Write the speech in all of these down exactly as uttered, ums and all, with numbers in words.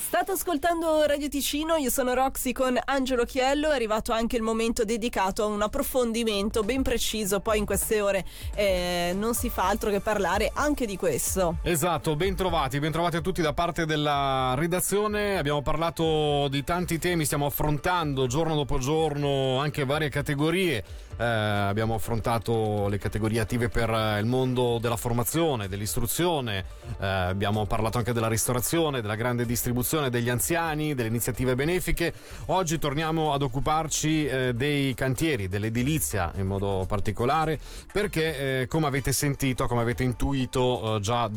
State ascoltando Radio Ticino, io sono Roxy con Angelo Chiello, è arrivato anche il momento dedicato a un approfondimento ben preciso, poi in queste ore eh, non si fa altro che parlare anche di questo. Esatto, ben trovati, ben trovati a tutti da parte della redazione, abbiamo parlato di tanti temi, stiamo affrontando giorno dopo giorno anche varie categorie, eh, abbiamo affrontato le categorie attive per il mondo della formazione, dell'istruzione, eh, abbiamo parlato anche della ristorazione, della grande distribuzione, degli anziani, delle iniziative benefiche. Oggi torniamo ad occuparci eh, dei cantieri, dell'edilizia in modo particolare, perché eh, come avete sentito, come avete intuito eh, già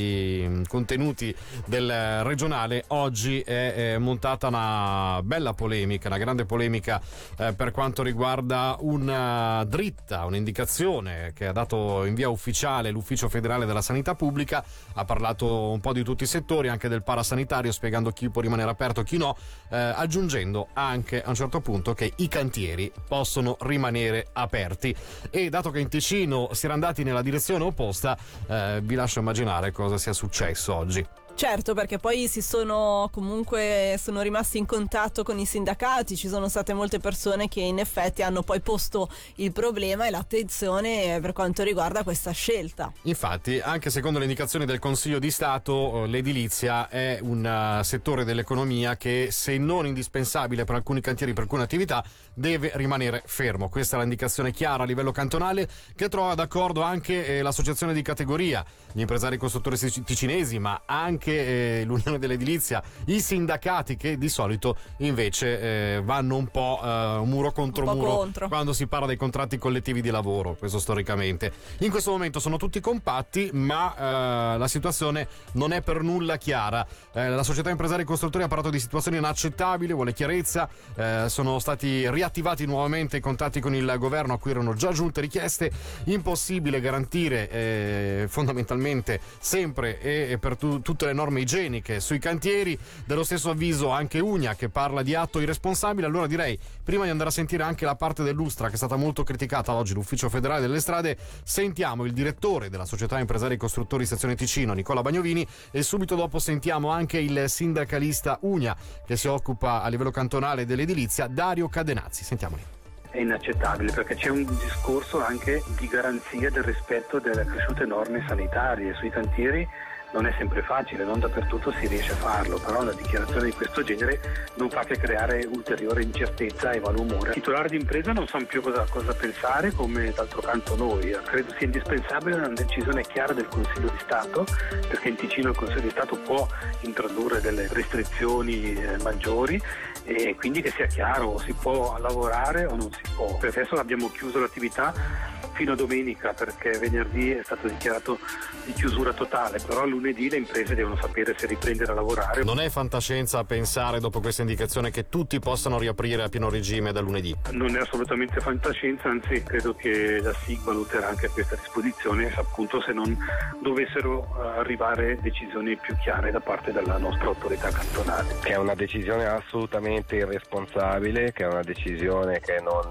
dai contenuti del regionale, oggi è, è montata una bella polemica, una grande polemica eh, per quanto riguarda una dritta, un'indicazione che ha dato in via ufficiale l'Ufficio Federale della Sanità Pubblica. Ha parlato un po' di tutti i settori, anche del parasanitario, spiegando chi può rimanere aperto, chi no, eh, aggiungendo anche a un certo punto che i cantieri possono rimanere aperti. E dato che in Ticino si era andati nella direzione opposta, eh, vi lascio immaginare cosa sia successo oggi. Certo, perché poi si sono comunque sono rimasti in contatto con i sindacati, ci sono state molte persone che in effetti hanno poi posto il problema e l'attenzione per quanto riguarda questa scelta. Infatti, anche secondo le indicazioni del Consiglio di Stato, l'edilizia è un settore dell'economia che, se non indispensabile per alcuni cantieri, per alcune attività, deve rimanere fermo. Questa è l'indicazione chiara a livello cantonale, che trova d'accordo anche l'associazione di categoria, gli impresari costruttori ticinesi, ma anche Eh, l'Unione dell'Edilizia, i sindacati, che di solito invece eh, vanno un po' eh, muro contro un muro contro. quando si parla dei contratti collettivi di lavoro, questo storicamente. In questo momento sono tutti compatti, ma eh, la situazione non è per nulla chiara. Eh, la società impresari costruttori ha parlato di situazioni inaccettabili, vuole chiarezza, eh, sono stati riattivati nuovamente i contatti con il governo a cui erano già giunte richieste. Impossibile garantire eh, fondamentalmente sempre e, e per tu, tutte le norme igieniche sui cantieri. Dello stesso avviso anche Unia, che parla di atto irresponsabile. Allora direi, prima di andare a sentire anche la parte dell'Ustra, che è stata molto criticata oggi, l'Ufficio Federale delle Strade, sentiamo il direttore della società impresari costruttori sezione Ticino, Nicola Bagnovini, e subito dopo sentiamo anche il sindacalista Unia, che si occupa a livello cantonale dell'edilizia, Dario Cadenazzi. Sentiamoli. È inaccettabile perché c'è un discorso anche di garanzia del rispetto delle cresciute norme sanitarie sui cantieri. Non è sempre facile, non dappertutto si riesce a farlo, però una dichiarazione di questo genere non fa che creare ulteriore incertezza e malumore. I titolari di impresa non sanno più cosa, cosa pensare, come d'altro canto noi. Credo sia indispensabile una decisione chiara del Consiglio di Stato, perché in Ticino il Consiglio di Stato può introdurre delle restrizioni eh, maggiori, e quindi che sia chiaro, si può lavorare o non si può. Per adesso abbiamo chiuso l'attività fino a domenica, perché venerdì è stato dichiarato di chiusura totale, però lunedì le imprese devono sapere se riprendere a lavorare. Non è fantascienza pensare, dopo questa indicazione, che tutti possano riaprire a pieno regime da lunedì? Non è assolutamente fantascienza, anzi credo che la S I G valuterà anche questa disposizione, appunto, se non dovessero arrivare decisioni più chiare da parte della nostra autorità cantonale. Che è una decisione assolutamente irresponsabile, che è una decisione che non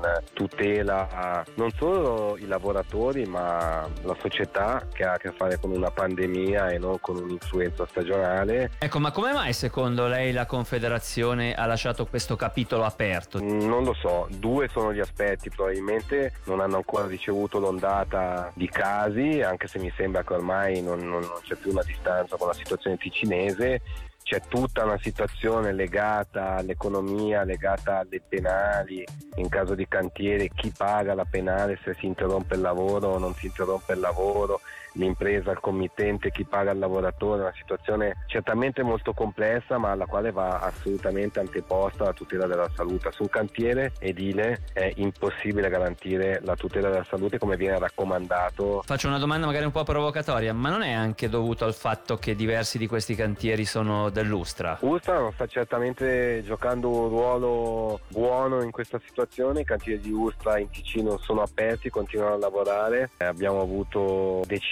tutela non solo i lavoratori ma la società, che ha a che fare con una pandemia e non con un'influenza stagionale. Ecco, ma come mai secondo lei la Confederazione ha lasciato questo capitolo aperto? Non lo so, due sono gli aspetti: probabilmente non hanno ancora ricevuto l'ondata di casi, anche se mi sembra che ormai non, non, non c'è più una distanza con la situazione ticinese. C'è tutta una situazione legata all'economia, legata alle penali, in caso di cantiere, chi paga la penale se si interrompe il lavoro o non si interrompe il lavoro, l'impresa, il committente, chi paga il lavoratore. Una situazione certamente molto complessa, ma alla quale va assolutamente anteposta la tutela della salute. Su un cantiere edile è impossibile garantire la tutela della salute come viene raccomandato. Faccio una domanda magari un po' provocatoria, ma non è anche dovuto al fatto che diversi di questi cantieri sono dell'Ustra? Ustra non sta certamente giocando un ruolo buono in questa situazione. I cantieri di Ustra in Ticino sono aperti, continuano a lavorare. Eh, abbiamo avuto decine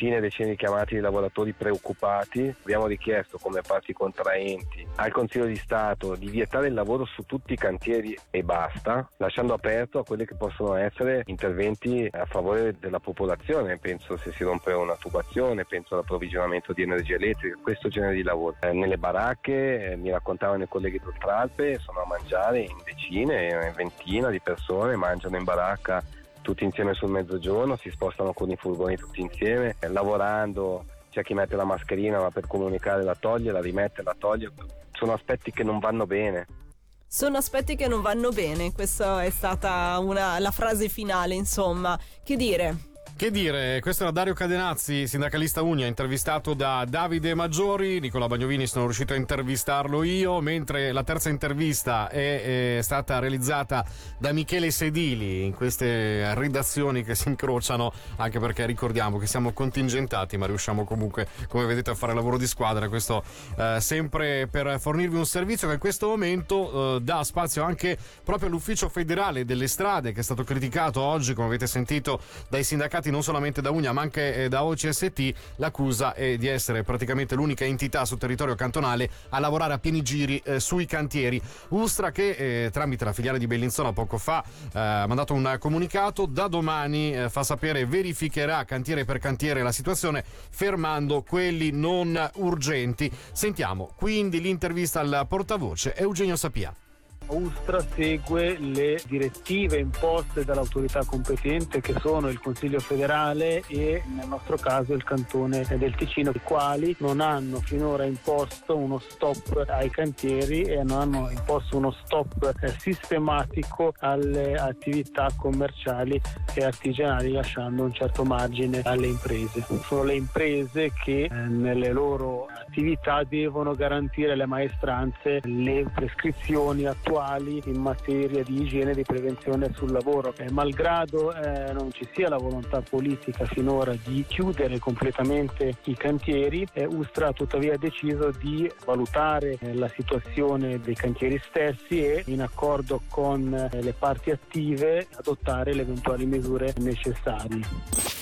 decine e decine di chiamate di lavoratori preoccupati. Abbiamo richiesto come parti contraenti al Consiglio di Stato di vietare il lavoro su tutti i cantieri e basta, lasciando aperto a quelli che possono essere interventi a favore della popolazione. Penso se si rompe una tubazione, penso all'approvvigionamento di energia elettrica, questo genere di lavoro. Eh, nelle baracche, eh, mi raccontavano i colleghi d'Oltralpe, sono a mangiare in decine, in ventina di persone, mangiano in baracca tutti insieme sul mezzogiorno, si spostano con i furgoni tutti insieme, eh, lavorando. C'è chi mette la mascherina, ma per comunicare la toglie, la rimette, la toglie. Sono aspetti che non vanno bene. Sono aspetti che non vanno bene, questa è stata una, la frase finale, insomma. Che dire? Che dire, questo era Dario Cadenazzi, sindacalista Unia, intervistato da Davide Maggiori. Nicola Bagnovini sono riuscito a intervistarlo io, mentre la terza intervista è, è stata realizzata da Michele Sedili in queste redazioni che si incrociano, anche perché ricordiamo che siamo contingentati, ma riusciamo comunque, come vedete, a fare lavoro di squadra. Questo eh, sempre per fornirvi un servizio che in questo momento eh, dà spazio anche proprio all'Ufficio Federale delle Strade, che è stato criticato oggi, come avete sentito, dai sindacati non solamente da Unia ma anche da O C S T. L'accusa è di essere praticamente l'unica entità sul territorio cantonale a lavorare a pieni giri eh, sui cantieri. Ustra che eh, tramite la filiale di Bellinzona poco fa eh, ha mandato un comunicato, da domani eh, fa sapere verificherà cantiere per cantiere la situazione, fermando quelli non urgenti. Sentiamo quindi l'intervista al portavoce Eugenio Sapia. Ustra segue le direttive imposte dall'autorità competente, che sono il Consiglio federale e nel nostro caso il Cantone del Ticino, i quali non hanno finora imposto uno stop ai cantieri e non hanno imposto uno stop eh, sistematico alle attività commerciali e artigianali, lasciando un certo margine alle imprese. Sono le imprese che eh, nelle loro attività devono garantire alle maestranze le prescrizioni attuali in materia di igiene e di prevenzione sul lavoro. Eh, malgrado eh, non ci sia la volontà politica finora di chiudere completamente i cantieri, eh, Ustra ha tuttavia deciso di valutare eh, la situazione dei cantieri stessi e, in accordo con eh, le parti attive, adottare le eventuali misure necessarie.